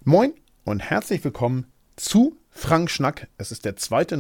Moin und herzlich willkommen zu Frank Schnack. Es ist der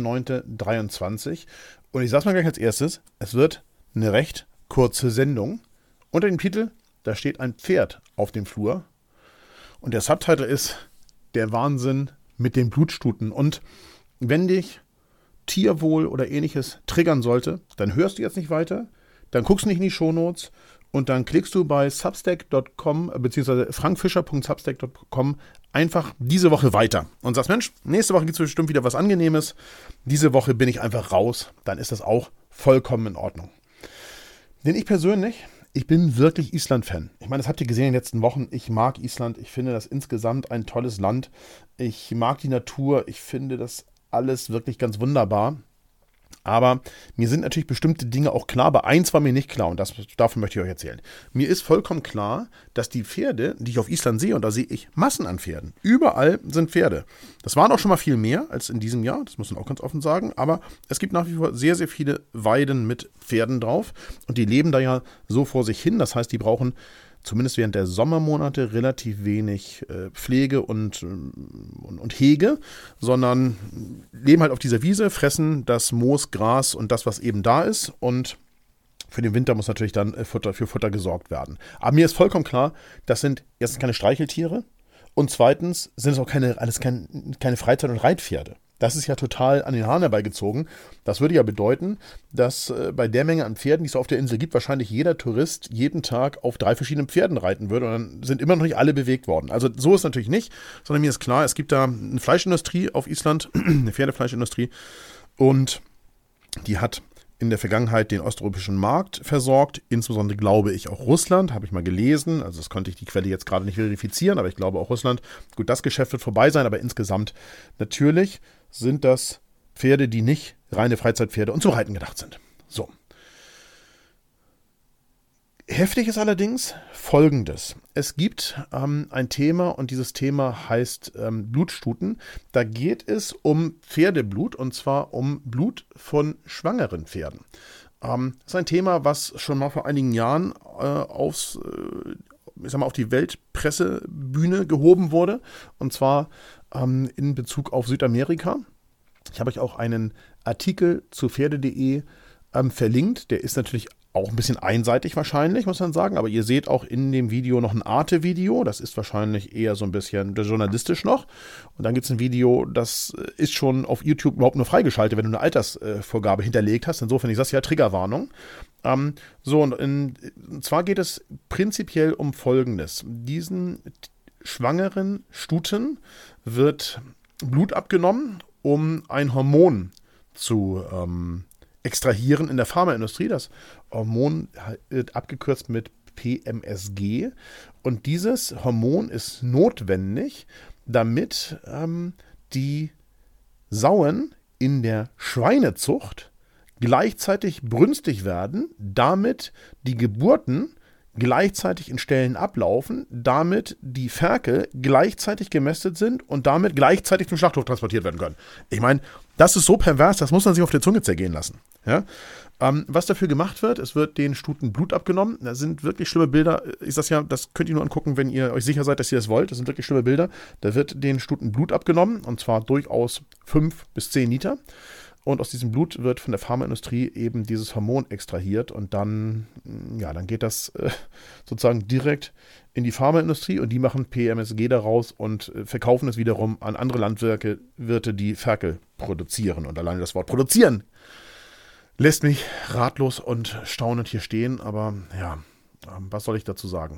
2.9.23 und ich sag's mal gleich als erstes, es wird eine recht kurze Sendung. Unter dem Titel, da steht ein Pferd auf dem Flur und der Subtitle ist Der Wahnsinn mit den Blutstuten. Und wenn dich Tierwohl oder ähnliches triggern sollte, dann hörst du jetzt nicht weiter, dann guckst du nicht in die Shownotes und dann klickst du bei substack.com bzw. frankfischer.substack.com einfach diese Woche weiter und sagst, Mensch, nächste Woche gibt es bestimmt wieder was Angenehmes. Diese Woche bin ich einfach raus. Dann ist das auch vollkommen in Ordnung. Denn ich persönlich, ich bin wirklich Island-Fan. Ich meine, das habt ihr gesehen in den letzten Wochen. Ich mag Island. Ich finde das insgesamt ein tolles Land. Ich mag die Natur. Ich finde das alles wirklich ganz wunderbar. Aber mir sind natürlich bestimmte Dinge auch klar, aber eins war mir nicht klar und davon möchte ich euch erzählen. Mir ist vollkommen klar, dass die Pferde, die ich auf Island sehe, und da sehe ich Massen an Pferden, überall sind Pferde. Das waren auch schon mal viel mehr als in diesem Jahr, das muss man auch ganz offen sagen, aber es gibt nach wie vor sehr, sehr viele Weiden mit Pferden drauf und die leben da ja so vor sich hin, das heißt, die brauchen zumindest während der Sommermonate relativ wenig Pflege und Hege, sondern leben halt auf dieser Wiese, fressen das Moos, Gras und das, was eben da ist. Und für den Winter muss natürlich dann für Futter gesorgt werden. Aber mir ist vollkommen klar, das sind erstens keine Streicheltiere und zweitens sind es auch keine Freizeit- und Reitpferde. Das ist ja total an den Haaren herbeigezogen. Das würde ja bedeuten, dass bei der Menge an Pferden, die es auf der Insel gibt, wahrscheinlich jeder Tourist jeden Tag auf 3 verschiedenen Pferden reiten würde. Und dann sind immer noch nicht alle bewegt worden. Also so ist natürlich nicht, sondern mir ist klar, es gibt da eine Fleischindustrie auf Island, eine Pferdefleischindustrie. Und die hat in der Vergangenheit den osteuropäischen Markt versorgt, insbesondere glaube ich auch Russland, habe ich mal gelesen, also das konnte ich die Quelle jetzt gerade nicht verifizieren, aber ich glaube auch Russland. Gut, das Geschäft wird vorbei sein, aber insgesamt natürlich sind das Pferde, die nicht reine Freizeitpferde und zum Reiten gedacht sind. So. Heftig ist allerdings Folgendes. Es gibt ein Thema und dieses Thema heißt Blutstuten. Da geht es um Pferdeblut und zwar um Blut von schwangeren Pferden. Das ist ein Thema, was schon mal vor einigen Jahren auf die Weltpressebühne gehoben wurde und zwar in Bezug auf Südamerika. Ich habe euch auch einen Artikel zu pferde.de verlinkt. Der ist natürlich auch ein bisschen einseitig wahrscheinlich, muss man sagen. Aber ihr seht auch in dem Video noch ein Arte-Video. Das ist wahrscheinlich eher so ein bisschen journalistisch noch. Und dann gibt es ein Video, das ist schon auf YouTube überhaupt nur freigeschaltet, wenn du eine Altersvorgabe hinterlegt hast. Insofern ist das ja Triggerwarnung. Und zwar geht es prinzipiell um Folgendes. Diesen schwangeren Stuten wird Blut abgenommen, um ein Hormon zu extrahieren in der Pharmaindustrie. Das Hormon wird abgekürzt mit PMSG und dieses Hormon ist notwendig, damit die Sauen in der Schweinezucht gleichzeitig brünstig werden, damit die Geburten gleichzeitig in Ställen ablaufen, damit die Ferkel gleichzeitig gemästet sind und damit gleichzeitig zum Schlachthof transportiert werden können. Ich meine, das ist so pervers, das muss man sich auf der Zunge zergehen lassen. Ja? Was dafür gemacht wird, es wird den Stuten Blut abgenommen. Das sind wirklich schlimme Bilder. Ich sage ja, das könnt ihr nur angucken, wenn ihr euch sicher seid, dass ihr das wollt. Das sind wirklich schlimme Bilder. Da wird den Stuten Blut abgenommen und zwar durchaus 5 bis 10 Liter. Und aus diesem Blut wird von der Pharmaindustrie eben dieses Hormon extrahiert und dann geht das sozusagen direkt in die Pharmaindustrie und die machen PMSG daraus und verkaufen es wiederum an andere Landwirte, die Ferkel produzieren. Und alleine das Wort produzieren lässt mich ratlos und staunend hier stehen, aber ja, was soll ich dazu sagen?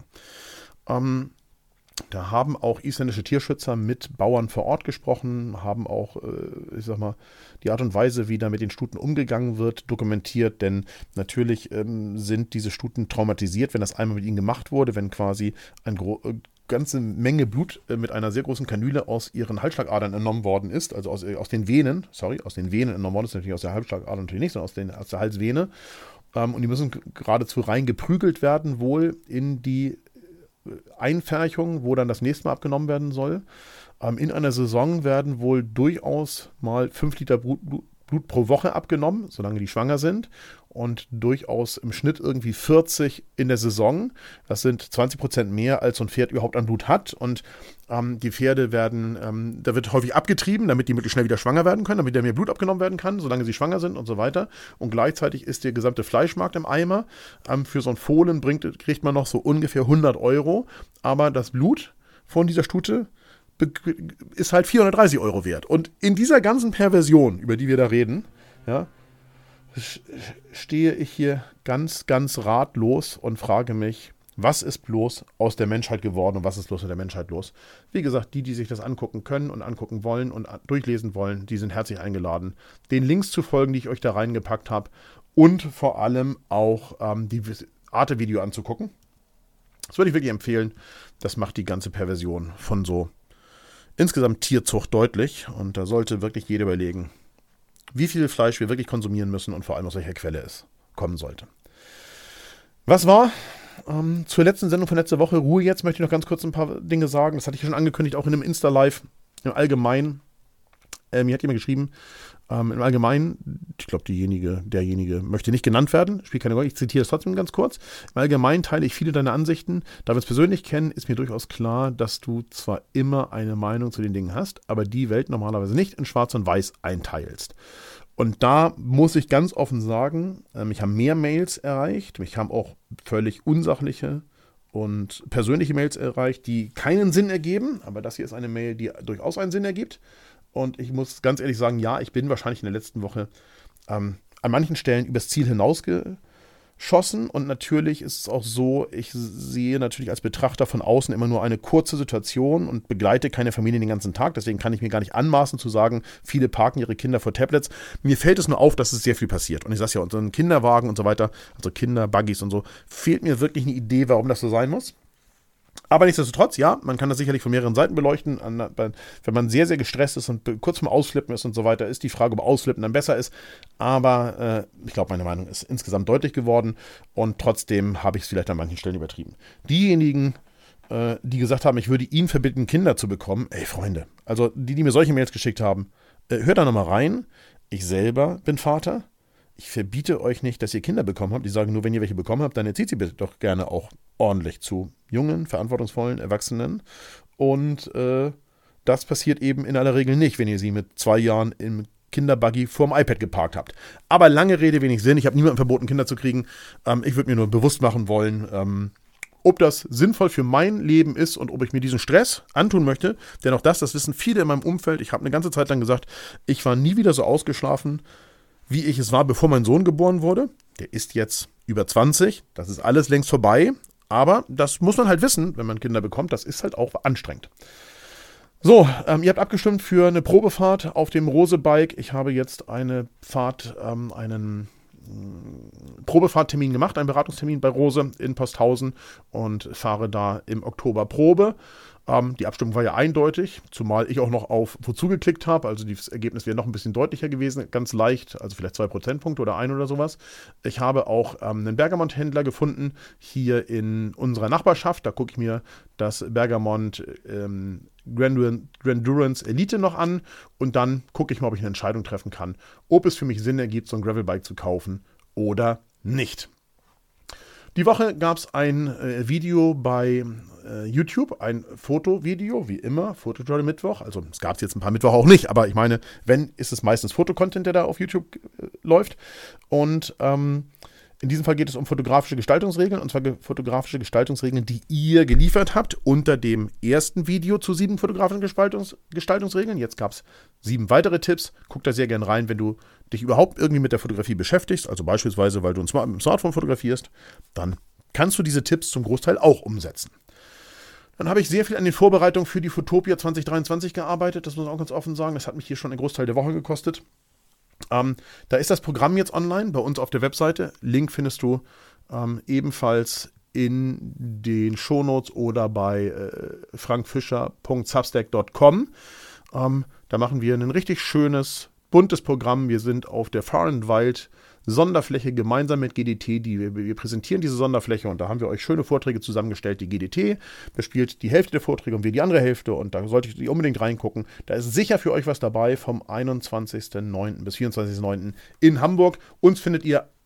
Da haben auch isländische Tierschützer mit Bauern vor Ort gesprochen, haben auch, die Art und Weise, wie da mit den Stuten umgegangen wird, dokumentiert, denn natürlich sind diese Stuten traumatisiert, wenn das einmal mit ihnen gemacht wurde, wenn quasi eine ganze Menge Blut mit einer sehr großen Kanüle aus ihren Halsschlagadern entnommen worden ist, also aus den Venen entnommen worden ist, natürlich aus der Halsschlagader natürlich nicht, sondern aus der Halsvene. Und die müssen geradezu rein geprügelt werden, wohl in die Einfärchung, wo dann das nächste Mal abgenommen werden soll. In einer Saison werden wohl durchaus mal 5 Liter Blut pro Woche abgenommen, solange die schwanger sind. und durchaus im Schnitt irgendwie 40 in der Saison. Das sind 20% mehr, als so ein Pferd überhaupt an Blut hat. Und die Pferde werden, da wird häufig abgetrieben, damit die möglichst schnell wieder schwanger werden können, damit da mehr Blut abgenommen werden kann, solange sie schwanger sind und so weiter. Und gleichzeitig ist der gesamte Fleischmarkt im Eimer. Für so ein Fohlen kriegt man noch so ungefähr 100 €. Aber das Blut von dieser Stute ist halt 430 € wert. Und in dieser ganzen Perversion, über die wir da reden, ja, stehe ich hier ganz, ganz ratlos und frage mich, was ist bloß aus der Menschheit geworden und was ist bloß mit der Menschheit los? Wie gesagt, die sich das angucken können und angucken wollen und durchlesen wollen, die sind herzlich eingeladen, den Links zu folgen, die ich euch da reingepackt habe und vor allem auch die Arte-Video anzugucken. Das würde ich wirklich empfehlen. Das macht die ganze Perversion von so insgesamt Tierzucht deutlich. Und da sollte wirklich jeder überlegen, wie viel Fleisch wir wirklich konsumieren müssen und vor allem aus welcher Quelle es kommen sollte. Was war zur letzten Sendung von letzter Woche? Ruhe jetzt, möchte ich noch ganz kurz ein paar Dinge sagen. Das hatte ich schon angekündigt, auch in einem Insta-Live. Im Allgemeinen, mir hat jemand geschrieben, im Allgemeinen, ich glaube, derjenige möchte nicht genannt werden, spielt keine Rolle, ich zitiere es trotzdem ganz kurz. Im Allgemeinen teile ich viele deiner Ansichten. Da wir uns persönlich kennen, ist mir durchaus klar, dass du zwar immer eine Meinung zu den Dingen hast, aber die Welt normalerweise nicht in Schwarz und Weiß einteilst. Und da muss ich ganz offen sagen, mich haben mehr Mails erreicht, mich haben auch völlig unsachliche und persönliche Mails erreicht, die keinen Sinn ergeben, aber das hier ist eine Mail, die durchaus einen Sinn ergibt. Und ich muss ganz ehrlich sagen, ja, ich bin wahrscheinlich in der letzten Woche an manchen Stellen übers Ziel hinausgeschossen. Und natürlich ist es auch so, ich sehe natürlich als Betrachter von außen immer nur eine kurze Situation und begleite keine Familie den ganzen Tag. Deswegen kann ich mir gar nicht anmaßen zu sagen, viele parken ihre Kinder vor Tablets. Mir fällt es nur auf, dass es sehr viel passiert. Und ich sage ja, unter einem Kinderwagen und so weiter, also Kinderbuggies und so, fehlt mir wirklich eine Idee, warum das so sein muss. Aber nichtsdestotrotz, ja, man kann das sicherlich von mehreren Seiten beleuchten. Wenn man sehr, sehr gestresst ist und kurz vorm Ausflippen ist und so weiter, ist die Frage, ob Ausflippen dann besser ist. Aber ich glaube, meine Meinung ist insgesamt deutlich geworden und trotzdem habe ich es vielleicht an manchen Stellen übertrieben. Diejenigen, die gesagt haben, ich würde ihnen verbieten, Kinder zu bekommen, ey Freunde, also die mir solche Mails geschickt haben, hört da nochmal rein. Ich selber bin Vater. Ich verbiete euch nicht, dass ihr Kinder bekommen habt. Ich sage nur, wenn ihr welche bekommen habt, dann erzieht sie bitte doch gerne auch ordentlich zu jungen, verantwortungsvollen Erwachsenen. Und das passiert eben in aller Regel nicht, wenn ihr sie mit 2 Jahren im Kinderbuggy vorm iPad geparkt habt. Aber lange Rede, wenig Sinn. Ich habe niemandem verboten, Kinder zu kriegen. Ich würde mir nur bewusst machen wollen, ob das sinnvoll für mein Leben ist und ob ich mir diesen Stress antun möchte. Denn auch das wissen viele in meinem Umfeld. Ich habe eine ganze Zeit lang gesagt, ich war nie wieder so ausgeschlafen, wie ich es war, bevor mein Sohn geboren wurde. Der ist jetzt über 20. Das ist alles längst vorbei. Aber das muss man halt wissen, wenn man Kinder bekommt. Das ist halt auch anstrengend. So, ihr habt abgestimmt für eine Probefahrt auf dem Rose-Bike. Ich habe jetzt einen Probefahrttermin gemacht, einen Beratungstermin bei Rose in Posthausen und fahre da im Oktober Probe. Die Abstimmung war ja eindeutig, zumal ich auch noch auf Wozu geklickt habe, also das Ergebnis wäre noch ein bisschen deutlicher gewesen, ganz leicht, also vielleicht 2 Prozentpunkte oder 1 oder sowas. Ich habe auch einen Bergamont-Händler gefunden, hier in unserer Nachbarschaft, da gucke ich mir das Bergamont Grandurance Elite noch an und dann gucke ich mal, ob ich eine Entscheidung treffen kann, ob es für mich Sinn ergibt, so ein Gravelbike zu kaufen oder nicht. Die Woche gab es ein Video bei YouTube, ein Fotovideo, wie immer, Fotojournal Mittwoch. Also es gab es jetzt ein paar Mittwoche auch nicht, aber ich meine, wenn, ist es meistens Fotocontent, der da auf YouTube läuft. Und in diesem Fall geht es um fotografische Gestaltungsregeln, und zwar fotografische Gestaltungsregeln, die ihr geliefert habt unter dem ersten Video zu 7 fotografischen Gestaltungsregeln. Jetzt gab es 7 weitere Tipps. Guck da sehr gern rein, wenn du dich überhaupt irgendwie mit der Fotografie beschäftigst, also beispielsweise, weil du mit dem Smartphone fotografierst, dann kannst du diese Tipps zum Großteil auch umsetzen. Dann habe ich sehr viel an den Vorbereitungen für die Fotopia 2023 gearbeitet, das muss man auch ganz offen sagen. Das hat mich hier schon einen Großteil der Woche gekostet. Da ist das Programm jetzt online bei uns auf der Webseite. Link findest du ebenfalls in den Shownotes oder bei frankfischer.substack.com. Da machen wir ein richtig schönes, buntes Programm. Wir sind auf der Far and Wild Sonderfläche gemeinsam mit GDT. Wir präsentieren diese Sonderfläche und da haben wir euch schöne Vorträge zusammengestellt. Die GDT bespielt die Hälfte der Vorträge und wir die andere Hälfte und da solltet ihr unbedingt reingucken. Da ist sicher für euch was dabei vom 21.09. bis 24.09. in Hamburg. Uns findet ihr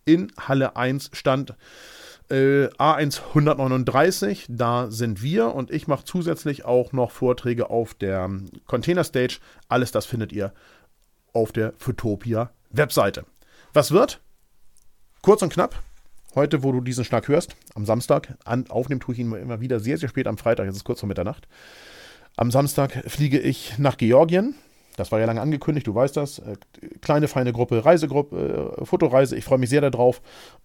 in Halle 1 Stand A1 139. Da sind wir und ich mache zusätzlich auch noch Vorträge auf der Container Stage. Alles das findet ihr auf der Footopia Webseite. Was wird? Kurz und knapp. Heute, wo du diesen Schnack hörst, am Samstag, aufnehmen tue ich ihn immer wieder sehr, sehr spät am Freitag, jetzt ist es kurz vor Mitternacht. Am Samstag fliege ich nach Georgien. Das war ja lange angekündigt, du weißt das. Kleine, feine Gruppe, Reisegruppe, Fotoreise. Ich freue mich sehr darauf.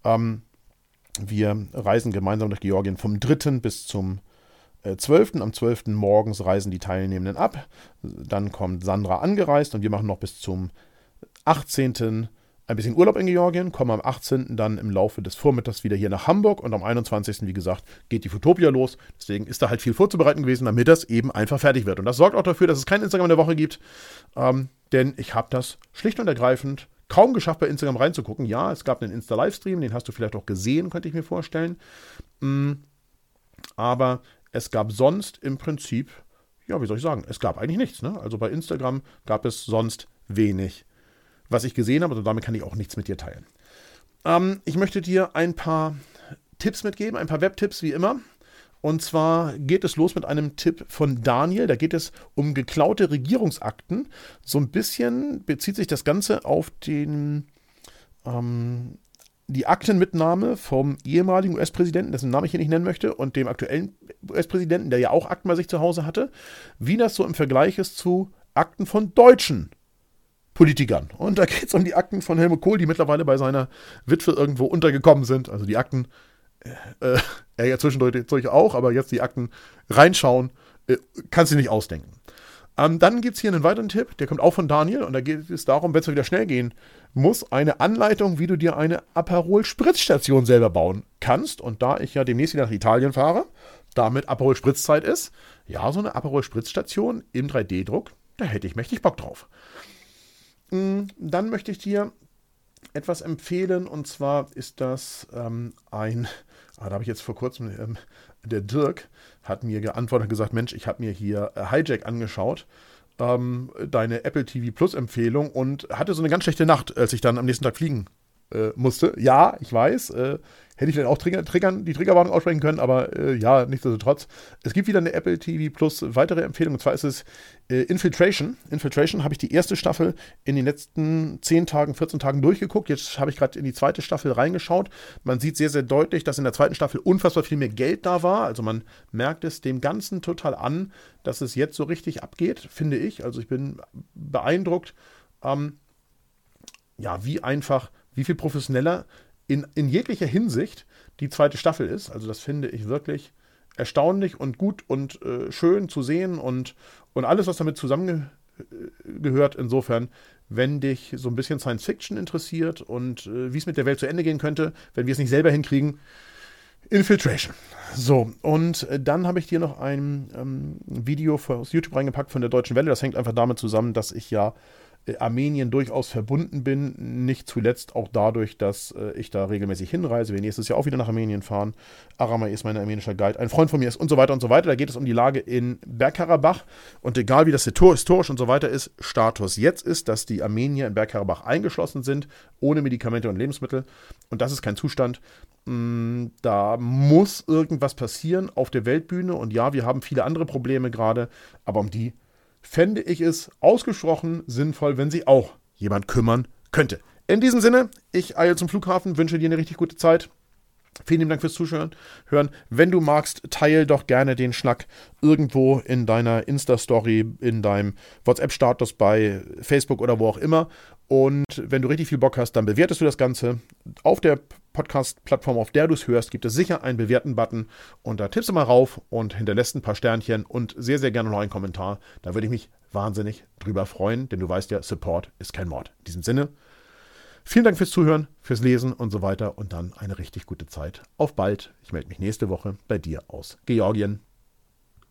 Wir reisen gemeinsam nach Georgien vom 3. bis zum 12. Am 12. morgens reisen die Teilnehmenden ab. Dann kommt Sandra angereist und wir machen noch bis zum 18. ein bisschen Urlaub in Georgien, kommen am 18. dann im Laufe des Vormittags wieder hier nach Hamburg und am 21. wie gesagt, geht die Footopia los. Deswegen ist da halt viel vorzubereiten gewesen, damit das eben einfach fertig wird. Und das sorgt auch dafür, dass es kein Instagram der Woche gibt, denn ich habe das schlicht und ergreifend kaum geschafft, bei Instagram reinzugucken. Ja, es gab einen Insta-Livestream, den hast du vielleicht auch gesehen, könnte ich mir vorstellen. Aber es gab sonst im Prinzip, ja, wie soll ich sagen, es gab eigentlich nichts. Ne? Also bei Instagram gab es sonst wenig, was ich gesehen habe, und damit kann ich auch nichts mit dir teilen. Ich möchte dir ein paar Tipps mitgeben, ein paar Webtipps wie immer. Und zwar geht es los mit einem Tipp von Daniel. Da geht es um geklaute Regierungsakten. So ein bisschen bezieht sich das Ganze auf die Aktenmitnahme vom ehemaligen US-Präsidenten, dessen Namen ich hier nicht nennen möchte, und dem aktuellen US-Präsidenten, der ja auch Akten bei sich zu Hause hatte, wie das so im Vergleich ist zu Akten von deutschen Politikern. Und da geht es um die Akten von Helmut Kohl, die mittlerweile bei seiner Witwe irgendwo untergekommen sind. Also die Akten, er ja zwischendurch auch, aber jetzt die Akten reinschauen, kannst du nicht ausdenken. Dann gibt es hier einen weiteren Tipp, der kommt auch von Daniel, und da geht es darum, wenn es wieder schnell gehen muss, eine Anleitung, wie du dir eine Aperol-Spritzstation selber bauen kannst. Und da ich ja demnächst wieder nach Italien fahre, damit Aperol-Spritzeit ist, ja, so eine Aperol-Spritzstation im 3D-Druck, da hätte ich mächtig Bock drauf. Dann möchte ich dir etwas empfehlen, und zwar ist das da habe ich jetzt vor kurzem, der Dirk hat mir geantwortet und gesagt, Mensch, ich habe mir hier Hijack angeschaut, deine Apple TV Plus Empfehlung, und hatte so eine ganz schlechte Nacht, als ich dann am nächsten Tag fliegen musste. Ja, ich weiß, hätte ich dann auch die Triggerwarnung aussprechen können, aber ja, nichtsdestotrotz. Es gibt wieder eine Apple TV Plus weitere Empfehlung, und zwar ist es Infiltration. Infiltration habe ich die erste Staffel in den letzten 10 Tagen, 14 Tagen durchgeguckt. Jetzt habe ich gerade in die zweite Staffel reingeschaut. Man sieht sehr, sehr deutlich, dass in der zweiten Staffel unfassbar viel mehr Geld da war. Also man merkt es dem Ganzen total an, dass es jetzt so richtig abgeht, finde ich. Also ich bin beeindruckt, wie viel professioneller in jeglicher Hinsicht die zweite Staffel ist. Also das finde ich wirklich erstaunlich und gut und schön zu sehen und alles, was damit zusammengehört. Insofern, wenn dich so ein bisschen Science Fiction interessiert und wie es mit der Welt zu Ende gehen könnte, wenn wir es nicht selber hinkriegen, Infiltration. So, und dann habe ich dir noch ein Video aus YouTube reingepackt von der Deutschen Welle. Das hängt einfach damit zusammen, dass ich ja Armenien durchaus verbunden bin, nicht zuletzt auch dadurch, dass ich da regelmäßig hinreise, wir nächstes Jahr auch wieder nach Armenien fahren. Aramay ist mein armenischer Guide, ein Freund von mir ist und so weiter und so weiter. Da geht es um die Lage in Bergkarabach, und egal wie das historisch und so weiter ist, Status jetzt ist, dass die Armenier in Bergkarabach eingeschlossen sind, ohne Medikamente und Lebensmittel, und das ist kein Zustand. Da muss irgendwas passieren auf der Weltbühne, und ja, wir haben viele andere Probleme gerade, aber um die fände ich es ausgesprochen sinnvoll, wenn sich auch jemand kümmern könnte. In diesem Sinne, ich eile zum Flughafen, wünsche dir eine richtig gute Zeit. Vielen lieben Dank fürs Zuhören. Wenn du magst, teile doch gerne den Schnack irgendwo in deiner Insta-Story, in deinem WhatsApp-Status bei Facebook oder wo auch immer. Und wenn du richtig viel Bock hast, dann bewertest du das Ganze. Auf der Podcast-Plattform, auf der du es hörst, gibt es sicher einen Bewerten-Button. Und da tippst du mal rauf und hinterlässt ein paar Sternchen und sehr, sehr gerne noch einen Kommentar. Da würde ich mich wahnsinnig drüber freuen, denn du weißt ja, Support ist kein Mord. In diesem Sinne, vielen Dank fürs Zuhören, fürs Lesen und so weiter, und dann eine richtig gute Zeit. Auf bald. Ich melde mich nächste Woche bei dir aus Georgien.